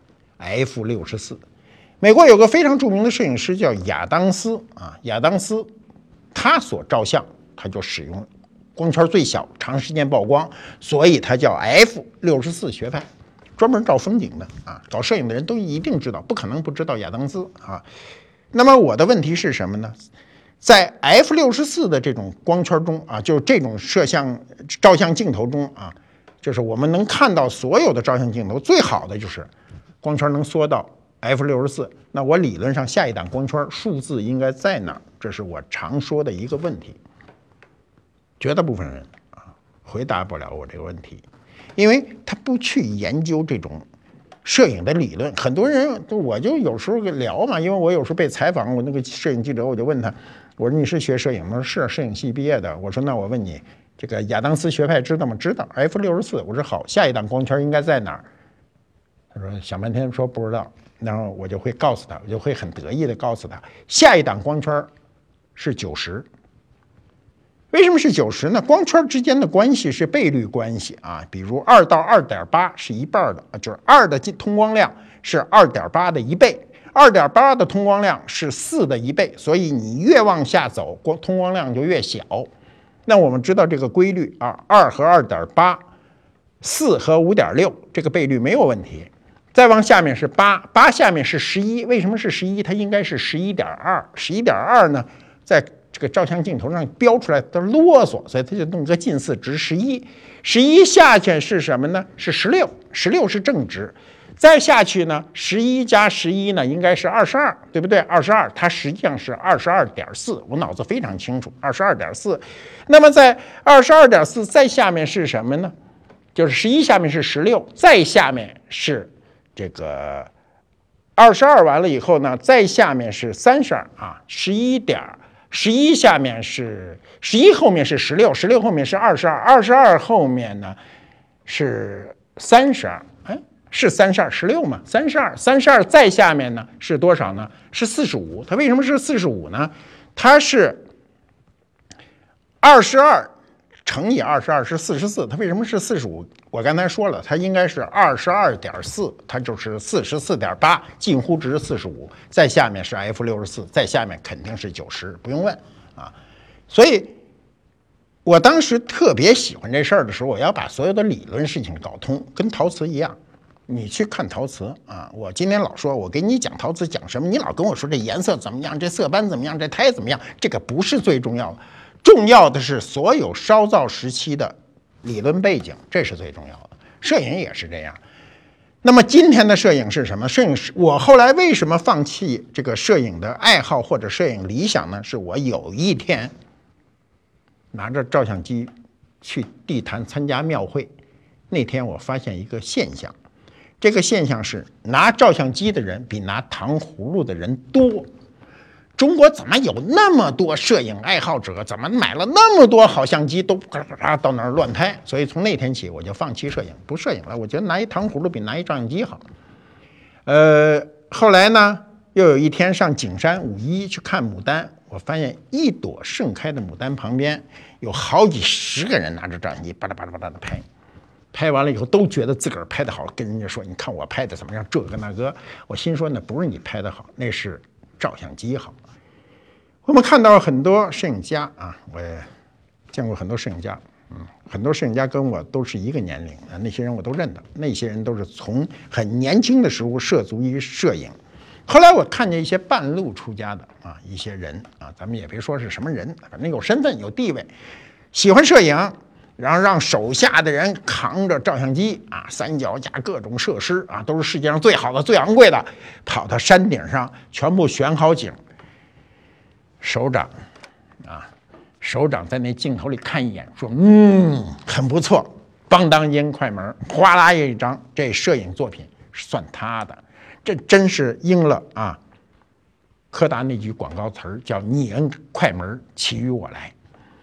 S2: ，f 六十四。美国有个非常著名的摄影师叫亚当斯啊，亚当斯，他所照相他就使用光圈最小，长时间曝光，所以它叫 F 六十四学派，专门照风景的啊。搞摄影的人都一定知道，不可能不知道亚当斯啊。那么我的问题是什么呢？在 F 六十四的这种光圈中啊，就是这种摄像照相镜头中啊，就是我们能看到所有的照相镜头最好的就是光圈能缩到 F 六十四。那我理论上下一档光圈数字应该在哪儿？这是我常说的一个问题。绝大部分人啊回答不了我这个问题，因为他不去研究这种摄影的理论。很多人我就有时候聊嘛，因为我有时候被采访，我那个摄影记者我就问他，我说你是学摄影吗？是摄影系毕业的。我说那我问你，这个亚当斯学派知道吗？知道 F 六十四。我说好，下一档光圈应该在哪儿？他说想半天说不知道，然后我就会告诉他，我就会很得意的告诉他，下一档光圈是九十。为什么是九十呢？光圈之间的关系是倍率关系啊，比如二到二点八是一半的，就是二的通光量是二点八的一倍，二点八的通光量是四的一倍，所以你越往下走，光通光量就越小。那我们知道这个规律啊，二和二点八，四和五点六，这个倍率没有问题。再往下面是八，八下面是十一，为什么是十一？它应该是十一点二，十一点二呢，在这个照相镜头上标出来的啰嗦，所以他就弄个近似值十一。十一下去是什么呢？是十六，十六是正值。再下去呢，十一加十一呢，应该是二十二，对不对？二十二，它实际上是二十二点四，我脑子非常清楚，二十二点四。那么在二十二点四再下面是什么呢？就是十一下面是十六，再下面是这个二十二完了以后呢，再下面是三十二啊，十一点。十一下面是十一，后面是十六，十六后面是二十二，二十二后面呢是三十二，哎，是三十二，十六嘛，三十二，三十二再下面呢是多少呢？是四十五。它为什么是四十五呢？它是二十二乘以二十二是四十四，它为什么是四十五？我刚才说了，它应该是二十二点四，它就是四十四点八，近乎值四十五。再下面是 F 六十四，再下面肯定是九十，不用问啊。所以，我当时特别喜欢这事儿的时候，我要把所有的理论事情搞通，跟陶瓷一样。你去看陶瓷啊，我今天老说，我给你讲陶瓷讲什么？你老跟我说这颜色怎么样，这色斑怎么样，这胎怎么样？这个不是最重要的，重要的是所有烧造时期的理论背景，这是最重要的。摄影也是这样。那么今天的摄影是什么？摄影师，我后来为什么放弃这个摄影的爱好或者摄影理想呢？是我有一天拿着照相机去地坛参加庙会，那天我发现一个现象，这个现象是拿照相机的人比拿糖葫芦的人多。中国怎么有那么多摄影爱好者？怎么买了那么多好相机都咔咔咔到那儿乱拍？所以从那天起我就放弃摄影，不摄影了。我觉得拿一糖葫芦比拿一照相机好。呃，后来呢，又有一天上景山五一去看牡丹，我发现一朵盛开的牡丹旁边有好几十个人拿着照相机巴拉巴拉巴拉的拍。拍完了以后都觉得自个儿拍的好，跟人家说：“你看我拍的怎么样？这个那个。”我心说那不是你拍的好，那是照相机好。我们看到很多摄影家啊，我也见过很多摄影家，嗯，很多摄影家跟我都是一个年龄啊，那些人我都认得，那些人都是从很年轻的时候涉足于摄影。后来我看见一些半路出家的啊，一些人啊，咱们也别说是什么人，反正有身份有地位，喜欢摄影，然后让手下的人扛着照相机啊，三脚架各种设施啊，都是世界上最好的、最昂贵的，跑到山顶上全部选好景。首长啊，首长在那镜头里看一眼，说：“嗯，很不错。”邦当烟快门，哗啦一张，这摄影作品算他的。这真是应了啊，柯达那句广告词儿，叫“你摁快门，其余我来”。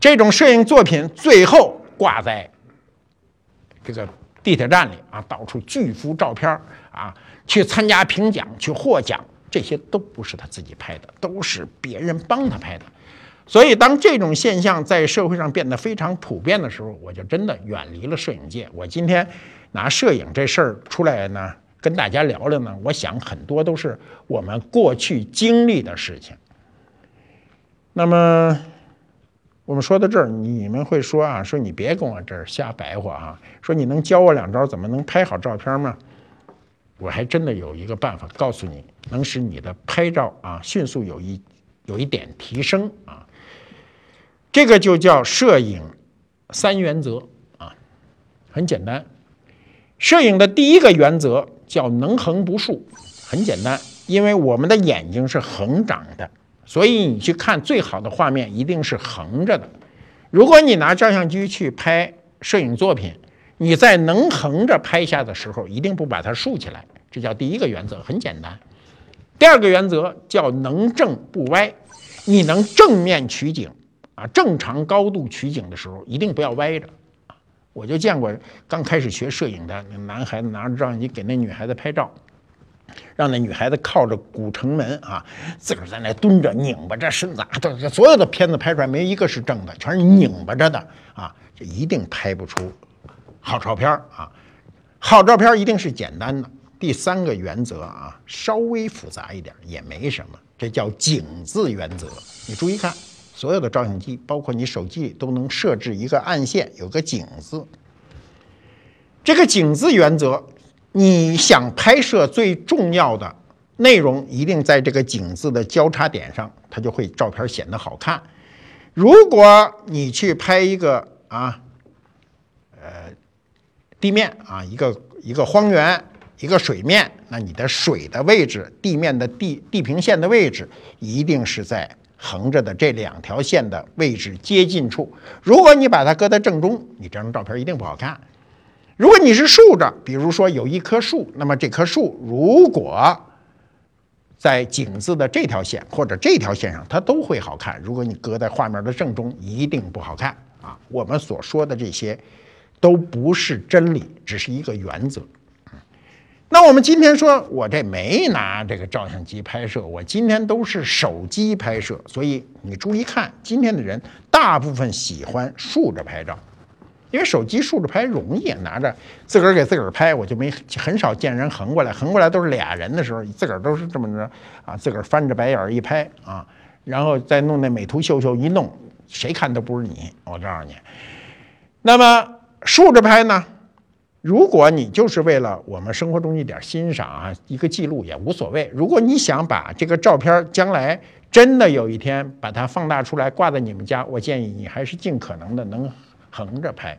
S2: 这种摄影作品最后挂在这个地铁站里啊，到处巨幅照片啊，去参加评奖，去获奖，这些都不是他自己拍的，都是别人帮他拍的。所以当这种现象在社会上变得非常普遍的时候，我就真的远离了摄影界。我今天拿摄影这事儿出来呢，跟大家聊聊呢，我想很多都是我们过去经历的事情。那么我们说到这儿，你们会说啊，说你别跟我这儿瞎白话啊，说你能教我两招怎么能拍好照片吗？我还真的有一个办法告诉你，能使你的拍照啊迅速有一有一点提升啊。这个就叫摄影三原则啊，很简单。摄影的第一个原则叫能横不竖，很简单，因为我们的眼睛是横长的，所以你去看最好的画面一定是横着的。如果你拿照相机去拍摄影作品，你在能横着拍下的时候，一定不把它竖起来，这叫第一个原则，很简单。第二个原则叫能正不歪，你能正面取景啊，正常高度取景的时候，一定不要歪着。我就见过刚开始学摄影的那男孩子拿着照相机给那女孩子拍照，让那女孩子靠着古城门啊，自个儿在那蹲着，拧巴着身子啊，所有的片子拍出来没一个是正的，全是拧巴着的啊，这一定拍不出好照片啊。好照片一定是简单的。第三个原则啊，稍微复杂一点也没什么，这叫景字原则。你注意看，所有的照相机，包括你手机都能设置一个按键，有个景字。这个景字原则，你想拍摄最重要的内容，一定在这个景字的交叉点上，它就会照片显得好看。如果你去拍一个啊，呃，地面啊，一个一个荒原，一个水面，那你的水的位置，地面的地地平线的位置，一定是在横着的这两条线的位置接近处。如果你把它搁在正中，你这张照片一定不好看。如果你是竖着，比如说有一棵树，那么这棵树如果在景字的这条线或者这条线上，它都会好看。如果你搁在画面的正中，一定不好看啊！我们所说的这些都不是真理，只是一个原则。那我们今天说，我这没拿这个照相机拍摄，我今天都是手机拍摄，所以你注意看，今天的人大部分喜欢竖着拍照，因为手机竖着拍容易，拿着自个儿给自个儿拍，我就没很少见人横过来，横过来都是俩人的时候，自个儿都是这么着啊，自个儿翻着白眼一拍啊，然后再弄那美图秀秀一弄，谁看都不是你，我告诉你。那么竖着拍呢？如果你就是为了我们生活中一点欣赏啊，一个记录也无所谓。如果你想把这个照片将来真的有一天把它放大出来挂在你们家，我建议你还是尽可能的能横着拍。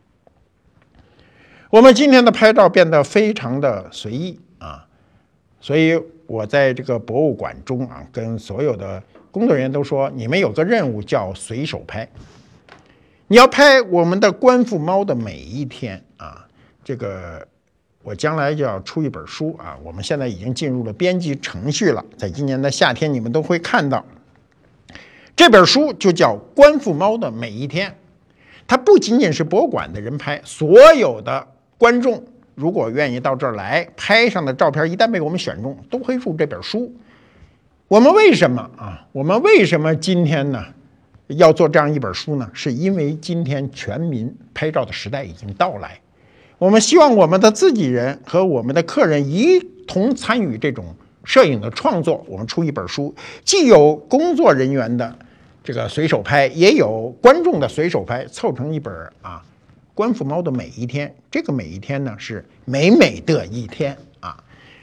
S2: 我们今天的拍照变得非常的随意啊，所以我在这个博物馆中啊，跟所有的工作人员都说，你们有个任务叫随手拍，你要拍我们的观复猫的每一天啊。这个我将来就要出一本书啊，我们现在已经进入了编辑程序了，在今年的夏天你们都会看到。这本书就叫《观复猫的每一天》，它不仅仅是博物馆的人拍，所有的观众如果愿意到这儿来，拍上的照片一旦被我们选中，都会入这本书。我们为什么啊？我们为什么今天呢要做这样一本书呢？是因为今天全民拍照的时代已经到来。我们希望我们的自己人和我们的客人一同参与这种摄影的创作。我们出一本书，既有工作人员的这个随手拍，也有观众的随手拍，凑成一本啊，观复猫的每一天。这个每一天呢，是美美的一天啊。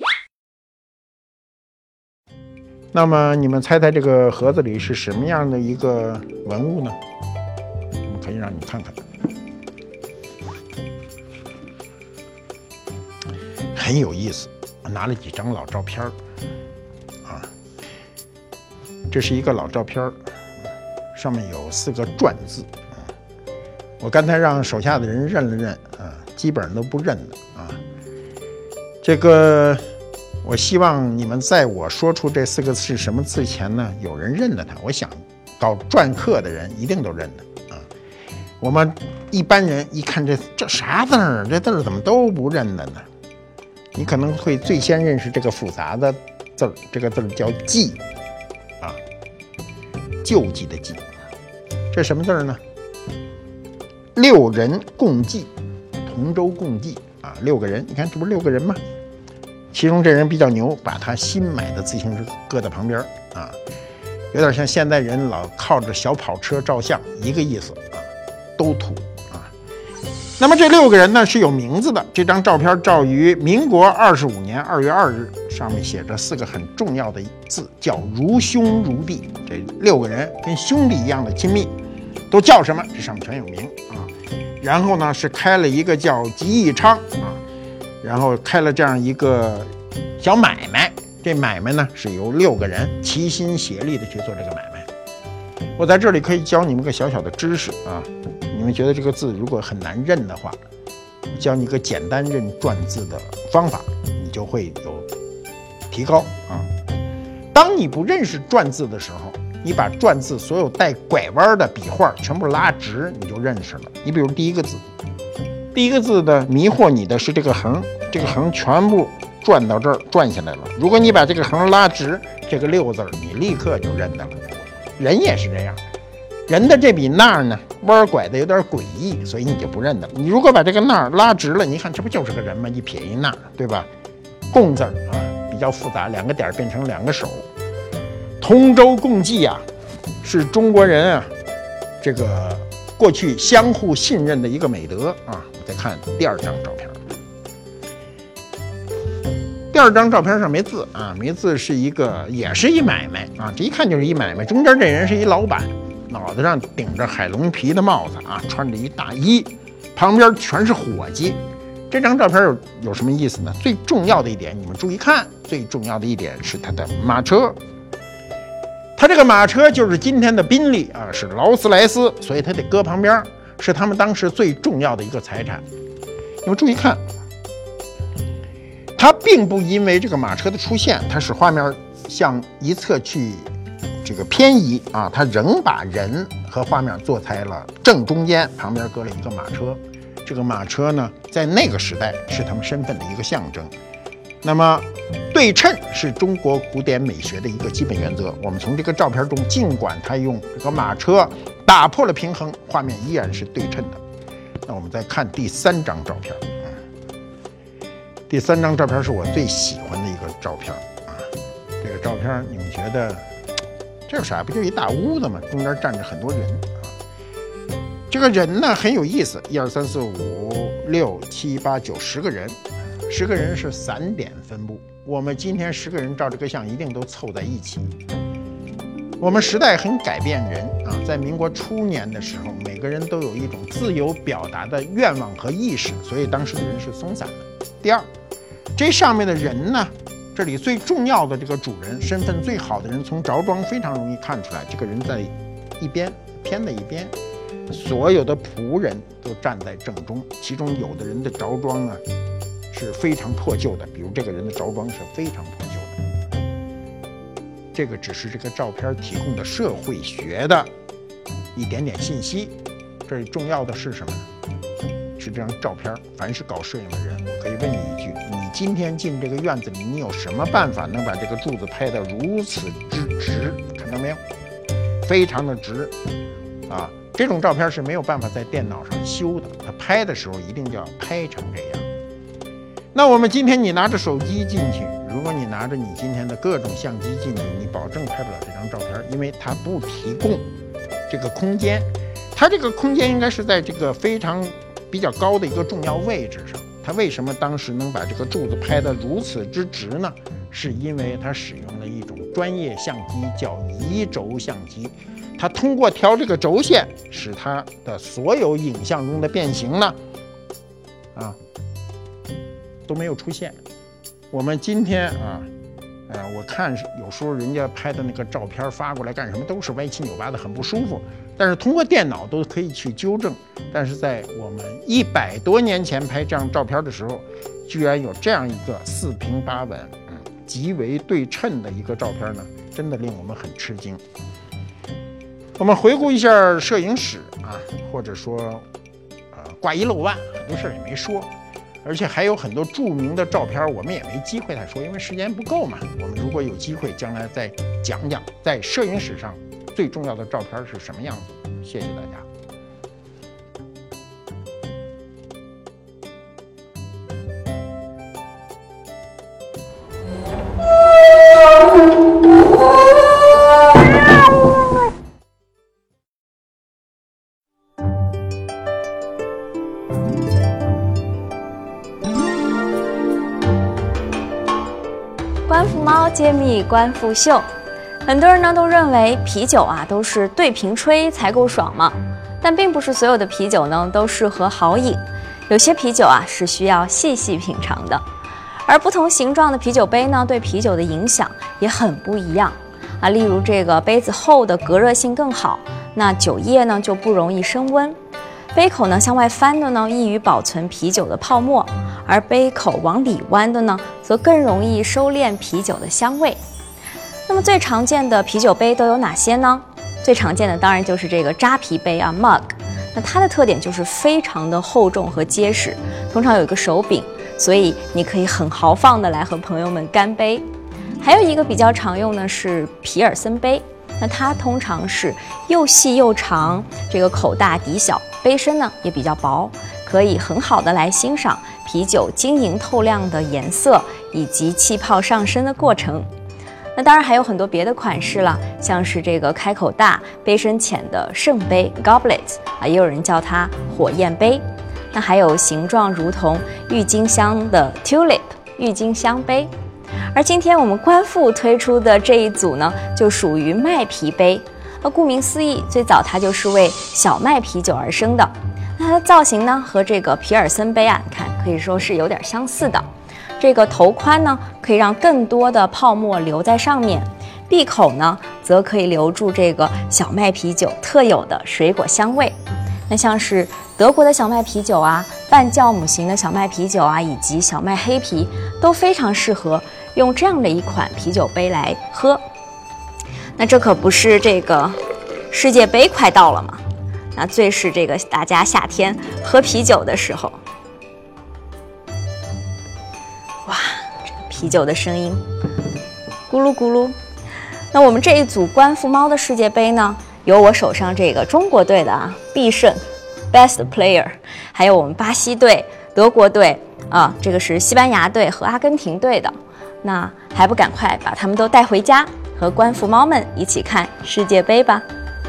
S2: 那么你们猜猜这个盒子里是什么样的一个文物呢？我们可以让你看看。很有意思，我拿了几张老照片啊，这是一个老照片，上面有四个“传”字。我刚才让手下的人认了认啊，基本上都不认的啊。这个，我希望你们在我说出这四个字是什么字前呢，有人认得它。我想，搞篆刻的人一定都认得啊。 我们一般人一看这这啥字儿，这字儿怎么都不认得呢？你可能会最先认识这个复杂的字儿，这个字儿叫济啊，救济的济。这什么字儿呢？六人共济，同舟共济啊，六个人，你看这不是六个人吗？其中这人比较牛，把他新买的自行车搁在旁边啊，有点像现代人老靠着小跑车照相一个意思啊，都土啊。那么这六个人呢是有名字的，这张照片照于民国二十五年二月二日，上面写着四个很重要的字，叫如兄如弟。这六个人跟兄弟一样的亲密，都叫什么？这上面全有名啊。然后呢是开了一个叫吉义昌啊，然后开了这样一个小买卖。这买卖呢是由六个人齐心协力的去做这个买卖。我在这里可以教你们个小小的知识啊，你们觉得这个字如果很难认的话，教你一个简单认篆字的方法，你就会有提高啊。当你不认识篆字的时候，你把篆字所有带拐弯的笔画全部拉直，你就认识了。你比如第一个字，第一个字的迷惑你的是这个横，这个横全部转到这儿转下来了。如果你把这个横拉直，这个六字你立刻就认得了。人也是这样，人的这笔捺呢弯拐的有点诡异，所以你就不认得了。你如果把这个捺拉直了，你看这不就是个人吗？一撇一捺，对吧？共字啊比较复杂，两个点变成两个手。同舟共济啊，是中国人啊这个过去相互信任的一个美德啊。我再看第二张照片，第二张照片上没字啊，没字是一个也是一买卖啊，这一看就是一买卖。中间这人是一老板，脑袋上顶着海龙皮的帽子啊，穿着一大衣，旁边全是伙计。这张照片有有什么意思呢？最重要的一点，你们注意看，最重要的一点是他的马车。他这个马车就是今天的宾利啊，是劳斯莱斯，所以他得搁旁边，是他们当时最重要的一个财产。你们注意看，他并不因为这个马车的出现，它使画面向一侧去这个偏移啊，他仍把人和画面坐在了正中间，旁边搁了一个马车。这个马车呢，在那个时代是他们身份的一个象征。那么对称是中国古典美学的一个基本原则。我们从这个照片中，尽管他用这个马车打破了平衡，画面依然是对称的。那我们再看第三张照片，嗯、第三张照片是我最喜欢的一个照片啊。这个照片你们觉得这有啥？不就一大屋子吗？中间站着很多人啊。这个人呢很有意思，一二三四五六七八九十个人。十个人是散点分布，我们今天十个人照这个相一定都凑在一起。我们时代很改变人啊，在民国初年的时候，每个人都有一种自由表达的愿望和意识，所以当时的人是松散的。第二，这上面的人呢，这里最重要的这个主人，身份最好的人，从着装非常容易看出来，这个人在一边偏在一边，所有的仆人都站在正中，其中有的人的着装呢是非常破旧的，比如这个人的着装是非常破旧的。这个只是这个照片提供的社会学的一点点信息。这里重要的是什么呢？是这张照片。凡是搞摄影的人，我可以问你一句：你今天进这个院子里，你有什么办法能把这个柱子拍得如此之直？看到没有？非常的直啊！这种照片是没有办法在电脑上修的，它拍的时候一定就要拍成这样。那我们今天你拿着手机进去，如果你拿着你今天的各种相机进去，你保证拍不了这张照片，因为它不提供这个空间。它这个空间应该是在这个非常比较高的一个重要位置上。它为什么当时能把这个柱子拍得如此之直呢？是因为它使用了一种专业相机，叫移轴相机。它通过调这个轴线，使它的所有影像中的变形呢，啊。都没有出现。我们今天啊，呃，我看有时候人家拍的那个照片发过来干什么，都是歪七扭八的，很不舒服。但是通过电脑都可以去纠正。但是在我们一百多年前拍这样照片的时候，居然有这样一个四平八稳、嗯，极为对称的一个照片呢，真的令我们很吃惊。 我们回顾一下摄影史啊，或者说，呃，挂一漏万，很多事儿也没说，而且还有很多著名的照片，我们也没机会再说，因为时间不够嘛。我们如果有机会，将来再讲讲在摄影史上最重要的照片是什么样子。谢谢大家。
S1: 观复猫揭秘观复秀，很多人呢都认为啤酒啊都是对瓶吹才够爽嘛，但并不是所有的啤酒呢都适合豪饮，有些啤酒啊是需要细细品尝的，而不同形状的啤酒杯呢对啤酒的影响也很不一样啊。例如这个杯子厚的隔热性更好，那酒液呢就不容易升温。杯口呢向外翻的呢，易于保存啤酒的泡沫，而杯口往里弯的呢，则更容易收敛啤酒的香味。那么最常见的啤酒杯都有哪些呢？最常见的当然就是这个扎啤杯啊 mug， 那它的特点就是非常的厚重和结实，通常有一个手柄，所以你可以很豪放的来和朋友们干杯。还有一个比较常用的是皮尔森杯，那它通常是又细又长，这个口大底小，杯身呢也比较薄，可以很好的来欣赏啤酒晶莹透亮的颜色以及气泡上升的过程。那当然还有很多别的款式了，像是这个开口大、杯身浅的圣杯 goblet 啊，也有人叫它火焰杯。那还有形状如同郁金香的 tulip 郁金香杯。而今天我们观复推出的这一组呢，就属于麦啤杯。那顾名思义，最早它就是为小麦啤酒而生的。那它的造型呢，和这个皮尔森杯啊，你看可以说是有点相似的。这个头宽呢，可以让更多的泡沫留在上面；闭口呢，则可以留住这个小麦啤酒特有的水果香味。那像是德国的小麦啤酒啊、半酵母型的小麦啤酒啊，以及小麦黑啤，都非常适合用这样的一款啤酒杯来喝。那这可不是这个世界杯快到了吗？那最是这个大家夏天喝啤酒的时候。哇，这个啤酒的声音，咕噜咕噜。那我们这一组观复猫的世界杯呢，有我手上这个中国队的啊必胜 Best Player， 还有我们巴西队、德国队啊，这个是西班牙队和阿根廷队的。那还不赶快把他们都带回家，和观复猫们一起看世界杯吧。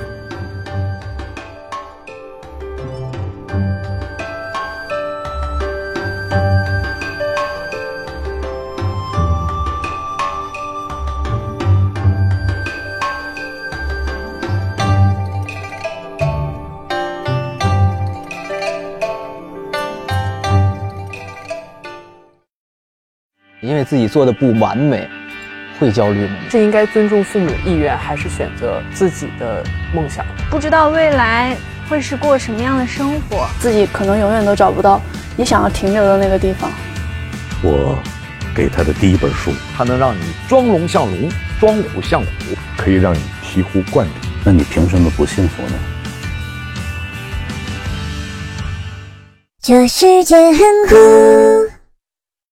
S3: 因为自己做的不完美，会焦虑吗？
S4: 是应该尊重父母意愿，还是选择自己的梦想？
S5: 不知道未来会是过什么样的生活，
S6: 自己可能永远都找不到你想要停留的那个地方。
S7: 我给他的第一本书，
S8: 它能让你装龙像龙，装虎像虎，
S7: 可以让你醍醐灌顶。
S9: 那你凭什么不幸福呢？
S10: 这世界很酷。